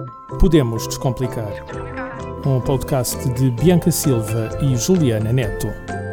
Podemos Descomplicar, um podcast de Bianca Silva e Juliana Neto.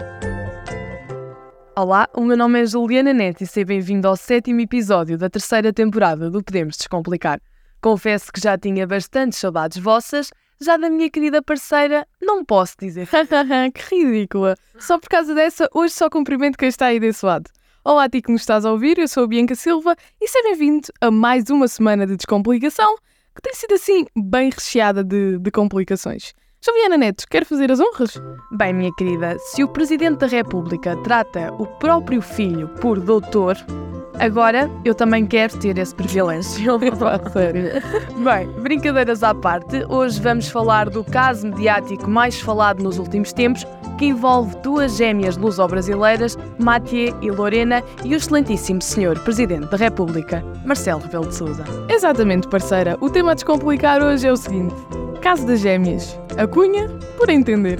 Olá, o meu nome é Juliana Neto e seja bem-vindo ao 7º episódio da 3ª temporada do Podemos Descomplicar. Confesso que já tinha bastantes saudades vossas, já da minha querida parceira não posso dizer. Que ridícula! Só por causa dessa, hoje só cumprimento quem está aí desse lado. Olá a ti que nos estás a ouvir, eu sou a Bianca Silva e seja bem-vindo a mais uma semana de descomplicação, que tem sido assim bem recheada de complicações. Juliana Neto, quer fazer as honras? Bem, minha querida, se o Presidente da República trata o próprio filho por doutor, agora eu também quero ter esse privilégio. Bem, brincadeiras à parte, hoje vamos falar do caso mediático mais falado nos últimos tempos, que envolve duas gêmeas luso-brasileiras, Mathieu e Lorena, e o excelentíssimo Sr. Presidente da República, Marcelo Rebelo de Sousa. Exatamente, parceira. O tema a descomplicar hoje é o seguinte: caso das gêmeas. A cunha, por entender.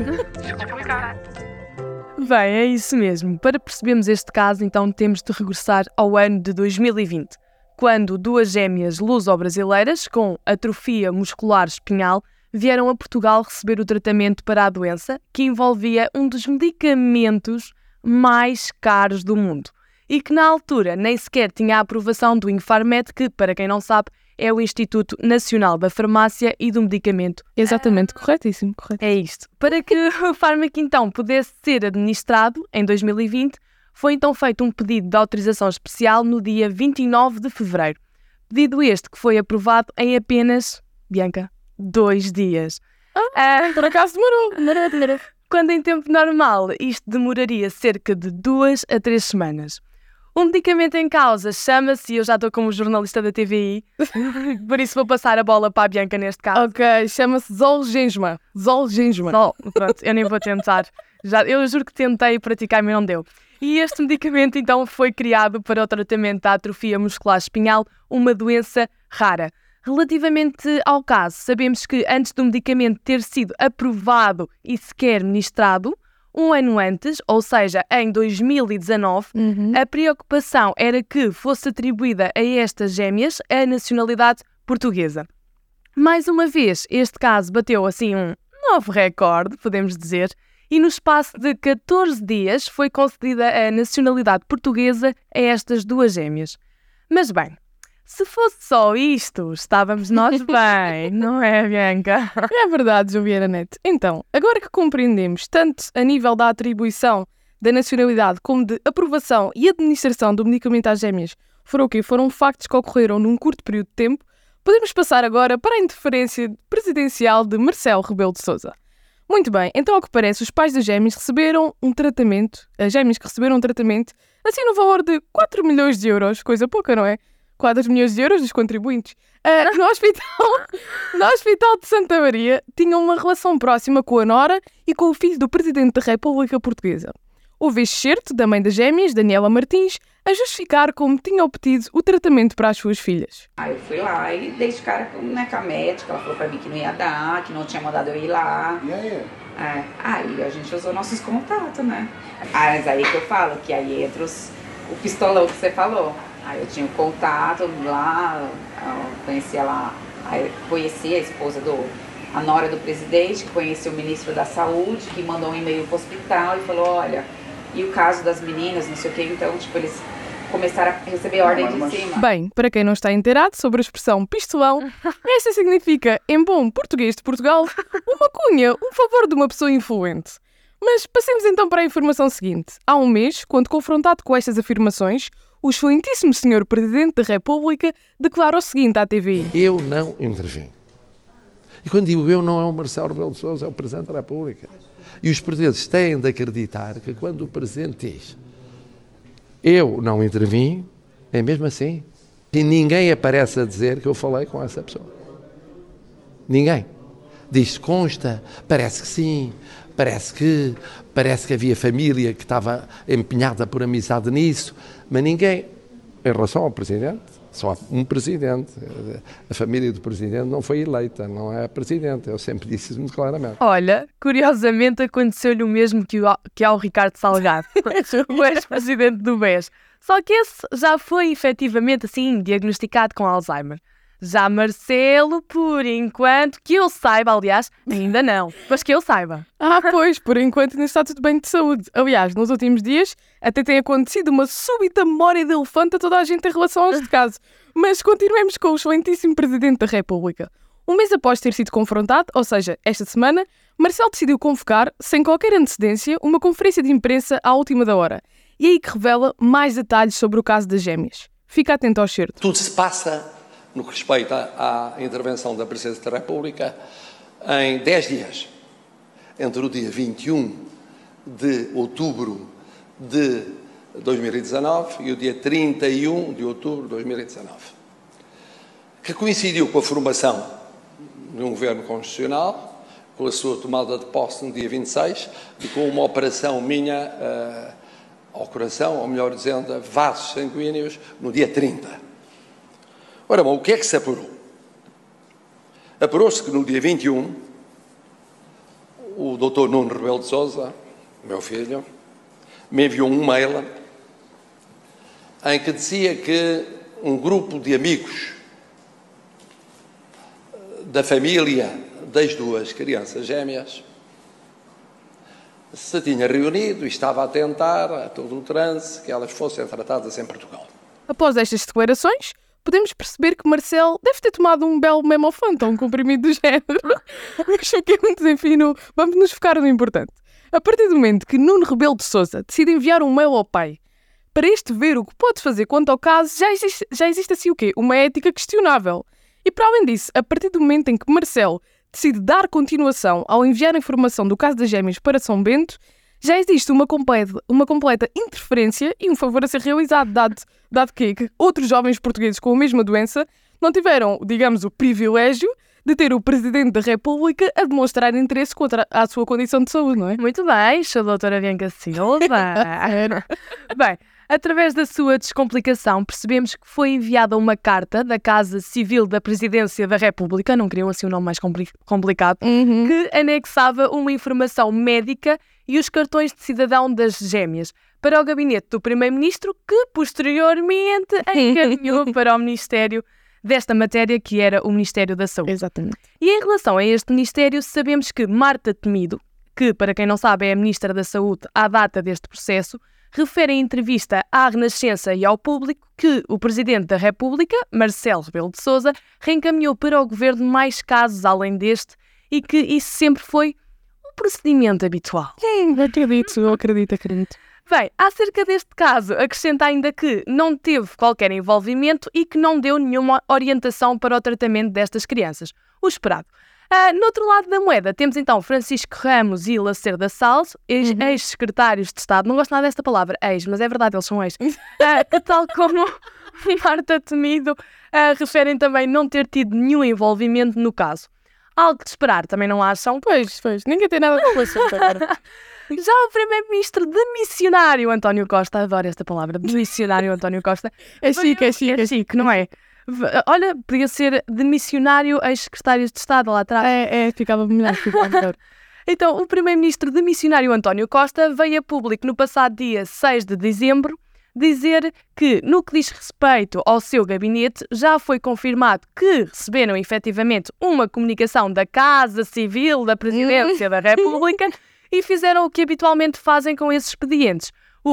Bem, é isso mesmo. Para percebermos este caso, então temos de regressar ao ano de 2020, quando duas gêmeas luso-brasileiras com atrofia muscular espinhal vieram a Portugal receber o tratamento para a doença, que envolvia um dos medicamentos mais caros do mundo e que na altura nem sequer tinha a aprovação do Infarmed, que, para quem não sabe, é o Instituto Nacional da Farmácia e do Medicamento. Exatamente, corretíssimo. É isto. Para que o fármaco então pudesse ser administrado em 2020, foi então feito um pedido de autorização especial no dia 29 de fevereiro. Pedido este que foi aprovado em apenas, Bianca, 2 dias. Por acaso demorou. Quando em tempo normal isto demoraria cerca de 2 a 3 semanas. O medicamento em causa chama-se, e eu já estou como jornalista da TVI, por isso vou passar a bola para a Bianca neste caso. Ok, chama-se Zolgensma. Pronto, eu nem vou tentar. Eu juro que tentei praticar, mas não deu. E este medicamento então foi criado para o tratamento da atrofia muscular espinhal, uma doença rara. Relativamente ao caso, sabemos que antes do medicamento ter sido aprovado e sequer ministrado, um ano antes, ou seja, em 2019, a preocupação era que fosse atribuída a estas gêmeas a nacionalidade portuguesa. Mais uma vez, este caso bateu assim um novo recorde, podemos dizer, e no espaço de 14 dias foi concedida a nacionalidade portuguesa a estas duas gêmeas. Mas bem, se fosse só isto, estávamos nós bem, não é, Bianca? É verdade, Juliana Neto. Então, agora que compreendemos tanto a nível da atribuição da nacionalidade como de aprovação e administração do medicamento às gêmeas foram factos que ocorreram num curto período de tempo, podemos passar agora para a interferência presidencial de Marcelo Rebelo de Sousa. Muito bem, então ao que parece, os pais das gêmeas receberam um tratamento, as gêmeas que receberam um tratamento, assim no valor de 4 milhões de euros, coisa pouca, não é? 4 milhões de euros dos contribuintes. No Hospital de Santa Maria tinham uma relação próxima com a nora e com o filho do Presidente da República Portuguesa. Houve este certo da mãe das gêmeas, Daniela Martins, a justificar como tinha obtido o tratamento para as suas filhas. Eu fui lá e dei de cara com a médica, ela falou pra mim que não ia dar, que não tinha mandado eu ir lá. E aí? Aí a gente usou nossos contatos, né? Mas aí que eu falo, que aí entra o pistolão que você falou. Aí eu tinha o contato lá, conheci a esposa a nora do presidente, que conhecia o ministro da Saúde, que mandou um e-mail pro hospital e falou, olha, e o caso das meninas, não sei o que, então, eles começaram a receber ordem de cima. Bem, para quem não está inteirado sobre a expressão pistolão, essa significa, em bom português de Portugal, uma cunha, um favor de uma pessoa influente. Mas passemos então para a informação seguinte. Há um mês, quando confrontado com estas afirmações, o excelentíssimo Sr. Presidente da República declarou o seguinte à TVI. Eu não intervim. E quando digo eu, não é o Marcelo Rebelo de Sousa, é o Presidente da República. E os presidentes têm de acreditar que quando o Presidente diz eu não intervim, é mesmo assim. E ninguém aparece a dizer que eu falei com essa pessoa. Ninguém. Diz, consta, parece que sim, parece que havia família que estava empenhada por amizade nisso, mas ninguém, em relação ao Presidente, só há um Presidente, a família do Presidente não foi eleita, não é Presidente, eu sempre disse isso muito claramente. Olha, curiosamente aconteceu-lhe o mesmo que ao Ricardo Salgado, o ex-presidente do BES, só que esse já foi efetivamente assim diagnosticado com Alzheimer. Já Marcelo, por enquanto, que eu saiba, aliás, ainda não, mas que eu saiba. Pois, por enquanto ainda está tudo bem de saúde. Aliás, nos últimos dias até tem acontecido uma súbita memória de elefante a toda a gente em relação a este caso. Mas continuemos com o excelentíssimo Presidente da República. Um mês após ter sido confrontado, ou seja, esta semana, Marcelo decidiu convocar, sem qualquer antecedência, uma conferência de imprensa à última da hora. E aí que revela mais detalhes sobre o caso das gêmeas. Fica atento ao certo. Tudo se passa, no que respeita à intervenção da Presidência da República, em 10 dias. Entre o dia 21 de outubro de 2019 e o dia 31 de outubro de 2019. Que coincidiu com a formação de um governo constitucional, com a sua tomada de posse no dia 26 e com uma operação minha ao coração, ou melhor dizendo, a vasos sanguíneos, no dia 30. Ora bom, o que é que se apurou? Apurou-se que no dia 21, o Dr. Nuno Rebelo de Sousa, meu filho, me enviou um mail em que dizia que um grupo de amigos da família das duas crianças gêmeas se tinha reunido e estava a tentar, a todo o transe, que elas fossem tratadas em Portugal. Após estas declarações, podemos perceber que Marcelo deve ter tomado um belo memofante ou um comprimido do género. Mas fiquemos, enfim, vamos nos focar no importante. A partir do momento que Nuno Rebelo de Sousa decide enviar um mail ao pai para este ver o que pode fazer quanto ao caso, já existe assim o quê? Uma ética questionável. E para além disso, a partir do momento em que Marcelo decide dar continuação ao enviar a informação do caso das gêmeas para São Bento, já existe uma completa interferência e um favor a ser realizado, dado que outros jovens portugueses com a mesma doença não tiveram, digamos, o privilégio de ter o Presidente da República a demonstrar interesse contra a sua condição de saúde, não é? Muito bem, Sra. Doutora Bianca Silva. Bem, através da sua descomplicação, percebemos que foi enviada uma carta da Casa Civil da Presidência da República, não queriam assim um nome mais complicado, que anexava uma informação médica e os cartões de cidadão das gêmeas para o gabinete do Primeiro-Ministro, que posteriormente encaminhou para o Ministério desta matéria, que era o Ministério da Saúde. Exatamente. E em relação a este Ministério, sabemos que Marta Temido, que para quem não sabe é a Ministra da Saúde à data deste processo, refere em entrevista à Renascença e ao público que o Presidente da República, Marcelo Rebelo de Sousa, reencaminhou para o Governo mais casos além deste e que isso sempre foi um procedimento habitual. Eu acredito. Bem, acerca deste caso, acrescenta ainda que não teve qualquer envolvimento e que não deu nenhuma orientação para o tratamento destas crianças. O esperado. No outro lado da moeda, temos então Francisco Ramos e Lacerda Salles, ex-secretários de Estado. Não gosto nada desta palavra, ex, mas é verdade, eles são ex. Que tal como Marta Temido, referem também não ter tido nenhum envolvimento no caso. Algo de esperar, também não acham? Pois, ninguém tem nada a ver com agora. Já o Primeiro-Ministro demissionário António Costa, adoro esta palavra, demissionário António Costa. É chique, não é? Olha, podia ser demissionário ex-secretários de Estado lá atrás. Ficava melhor. Então, o Primeiro-Ministro demissionário António Costa veio a público no passado dia 6 de dezembro dizer que, no que diz respeito ao seu gabinete, já foi confirmado que receberam efetivamente uma comunicação da Casa Civil da Presidência da República e fizeram o que habitualmente fazem com esses expedientes, o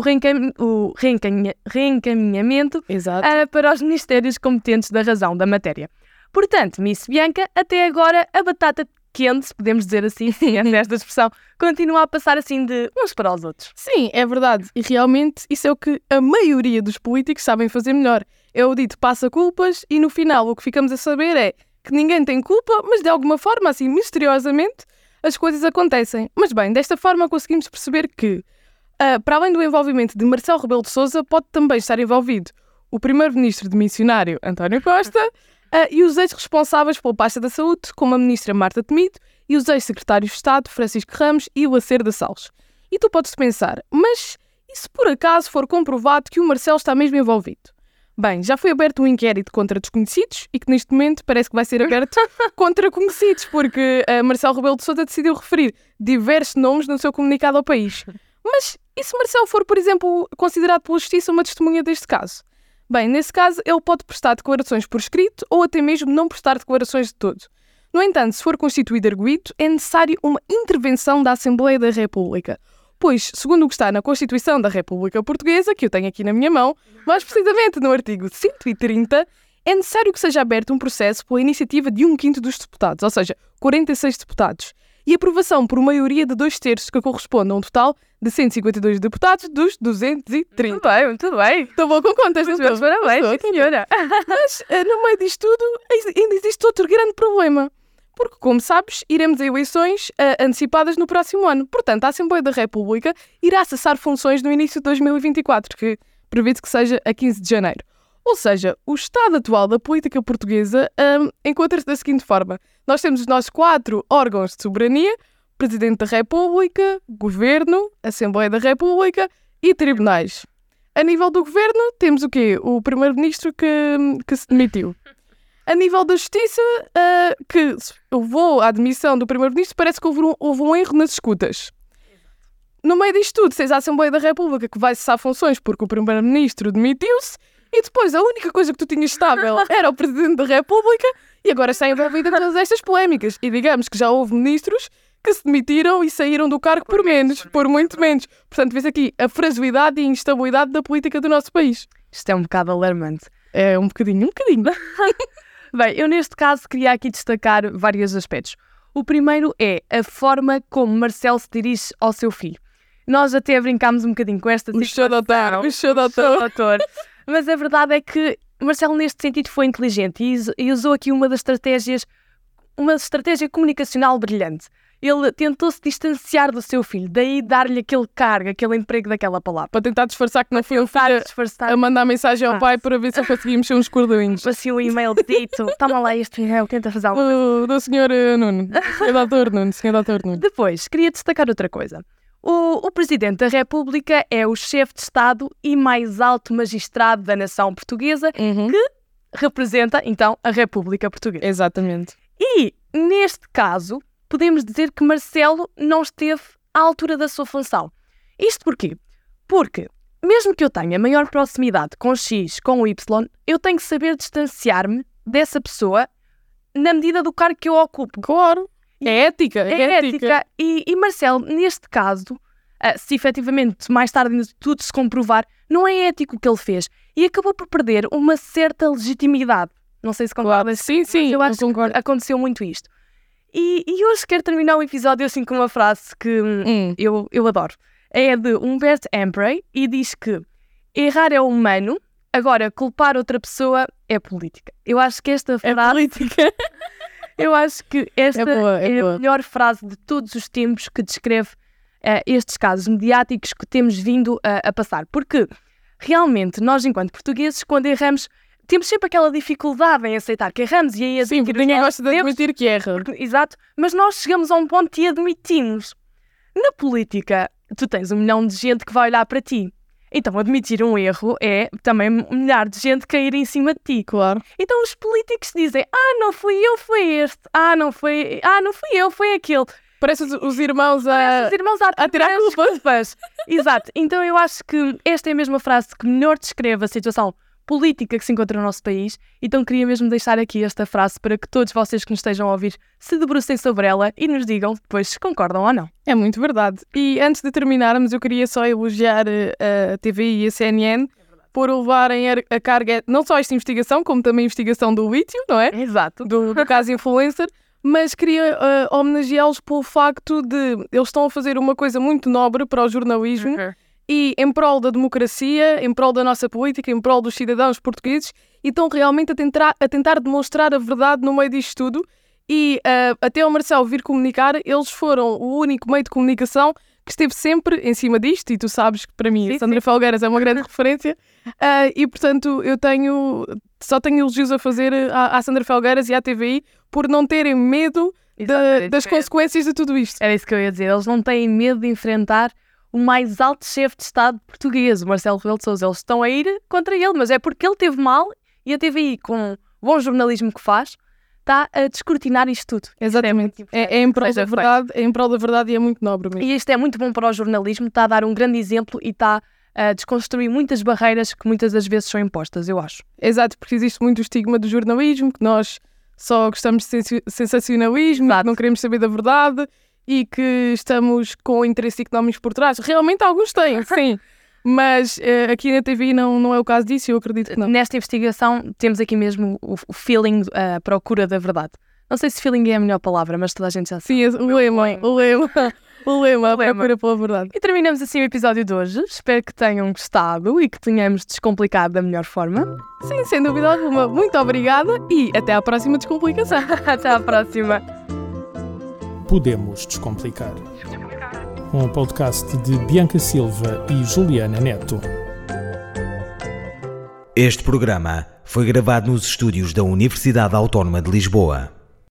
reencaminhamento para os ministérios competentes da razão da matéria. Portanto, Miss Bianca, até agora a batata quente, se podemos dizer assim, nesta expressão, continua a passar assim de uns para os outros. Sim, é verdade. E realmente isso é o que a maioria dos políticos sabem fazer melhor. É o dito passa culpas e no final o que ficamos a saber é que ninguém tem culpa, mas de alguma forma, assim, misteriosamente, as coisas acontecem. Mas bem, desta forma conseguimos perceber que, para além do envolvimento de Marcelo Rebelo de Sousa, pode também estar envolvido o Primeiro-Ministro demissionário António Costa e os ex-responsáveis pela pasta da saúde, como a Ministra Marta Temido e os ex-secretários de Estado Francisco Ramos e Lacerda Salles. E tu podes pensar, mas e se por acaso for comprovado que o Marcelo está mesmo envolvido? Bem, já foi aberto um inquérito contra desconhecidos e que neste momento parece que vai ser aberto contra conhecidos, porque Marcelo Rebelo de Sousa decidiu referir diversos nomes no seu comunicado ao país. Mas e se Marcelo for, por exemplo, considerado pela Justiça uma testemunha deste caso? Bem, nesse caso, ele pode prestar declarações por escrito ou até mesmo não prestar declarações de todo. No entanto, se for constituído arguido, é necessário uma intervenção da Assembleia da República, pois, segundo o que está na Constituição da República Portuguesa, que eu tenho aqui na minha mão, mais precisamente no artigo 130, é necessário que seja aberto um processo pela iniciativa de 1/5 dos deputados, ou seja, 46 deputados, e aprovação por maioria de 2/3, que corresponde a um total de 152 deputados dos 230. Muito bem. Estou boa com contas, não estou? Parabéns, sim, senhora. Mas, no meio disto tudo, ainda existe outro grande problema. Porque, como sabes, iremos a eleições antecipadas no próximo ano. Portanto, a Assembleia da República irá cessar funções no início de 2024, que prevê-se que seja a 15 de janeiro. Ou seja, o estado atual da política portuguesa encontra-se da seguinte forma. Nós temos os nossos 4 órgãos de soberania: Presidente da República, Governo, Assembleia da República e Tribunais. A nível do Governo, temos o quê? O Primeiro-Ministro que se demitiu. A nível da Justiça, que levou à demissão do Primeiro-Ministro, parece que houve um erro nas escutas. No meio disto tudo, tens a Assembleia da República que vai cessar funções porque o Primeiro-Ministro demitiu-se, e depois a única coisa que tu tinhas estável era o Presidente da República, e agora está envolvida em todas estas polémicas. E digamos que já houve ministros que se demitiram e saíram do cargo por muito menos. Portanto, vês aqui a fragilidade e a instabilidade da política do nosso país. Isto é um bocado alarmante. É um bocadinho. Bem, eu neste caso queria aqui destacar vários aspectos. O primeiro é a forma como Marcelo se dirige ao seu filho. Nós até brincámos um bocadinho com esta situação. O show doutor. Mas a verdade é que Marcelo neste sentido foi inteligente e usou aqui uma estratégia comunicacional brilhante. Ele tentou-se distanciar do seu filho, daí dar-lhe aquele cargo, aquele emprego daquela palavra. Para tentar disfarçar que não foi o filho a mandar mensagem ao pai para ver se eu conseguia mexer uns cordões. Assim um e-mail dito, toma lá este e-mail, tenta fazer alguma coisa. Do senhor Nuno, senhor doutor Nuno. Depois, queria destacar outra coisa. O Presidente da República é o chefe de Estado e mais alto magistrado da nação portuguesa, que representa, então, a República Portuguesa. Exatamente. E, neste caso, podemos dizer que Marcelo não esteve à altura da sua função. Isto porquê? Porque, mesmo que eu tenha maior proximidade com o X, com o Y, eu tenho que saber distanciar-me dessa pessoa na medida do cargo que eu ocupo. Claro. É ética. E Marcelo, neste caso, se efetivamente mais tarde tudo se comprovar, não é ético o que ele fez. E acabou por perder uma certa legitimidade. Não sei se concordas. Sim, eu acho que aconteceu muito isto. E hoje quero terminar o episódio assim com uma frase que eu adoro. É de Humberto Humphrey e diz que errar é humano, agora culpar outra pessoa é política. Eu acho que esta frase... É política. Eu acho que esta é boa. A melhor frase de todos os tempos que descreve estes casos mediáticos que temos vindo a passar. Porque realmente nós, enquanto portugueses, quando erramos, temos sempre aquela dificuldade em aceitar que erramos e aí sim, porque ninguém gosta de admitir que erra. Exato, mas nós chegamos a um ponto e admitimos. Na política, tu tens 1 milhão de gente que vai olhar para ti. Então, admitir um erro é também 1 milhar de gente cair em cima de ti. Claro. Então, os políticos dizem, não fui eu, foi este. Não fui eu, foi aquele. Parece os irmãos a tirar culpas. Exato. Então, eu acho que esta é a mesma frase que melhor descreve a situação política que se encontra no nosso país. Então, queria mesmo deixar aqui esta frase para que todos vocês que nos estejam a ouvir se debrucem sobre ela e nos digam depois se concordam ou não. É muito verdade. E antes de terminarmos, eu queria só elogiar a TVI e a CNN por levarem a carga não só esta investigação, como também a investigação do lítio, não é? Exato. Do caso influencer. Mas queria homenageá-los pelo facto de eles estão a fazer uma coisa muito nobre para o jornalismo e em prol da democracia, em prol da nossa política, em prol dos cidadãos portugueses e estão realmente a tentar demonstrar a verdade no meio disto tudo e até o Marcelo vir comunicar, eles foram o único meio de comunicação que esteve sempre em cima disto e tu sabes que para mim a Sandra Felgueiras é uma grande referência e portanto eu só tenho elogios a fazer à Sandra Felgueiras e à TVI por não terem medo das consequências de tudo isto. Era isso que eu ia dizer, eles não têm medo de enfrentar o mais alto chefe de Estado português, o Marcelo Rebelo de Sousa. Eles estão a ir contra ele, mas é porque ele teve mal e a TVI, com o bom jornalismo que faz, está a descortinar isto tudo. Exatamente. É em prol da verdade e é muito nobre mesmo. E isto é muito bom para o jornalismo, está a dar um grande exemplo e está desconstruir muitas barreiras que muitas das vezes são impostas, eu acho. Exato, porque existe muito o estigma do jornalismo, que nós só gostamos de sensacionalismo, que não queremos saber da verdade e que estamos com interesses económicos por trás. Realmente alguns têm, sim. Mas aqui na TVI não é o caso disso, eu acredito que não. Nesta investigação temos aqui mesmo o feeling, a procura da verdade. Não sei se feeling é a melhor palavra, mas toda a gente já sabe. Sim, o lema, a procura pela verdade. E terminamos assim o episódio de hoje. Espero que tenham gostado e que tenhamos descomplicado da melhor forma. Sim, sem dúvida alguma. Muito obrigada e até à próxima descomplicação. Até à próxima. Podemos Descomplicar. Um podcast de Bianca Silva e Juliana Neto. Este programa foi gravado nos estúdios da Universidade Autónoma de Lisboa.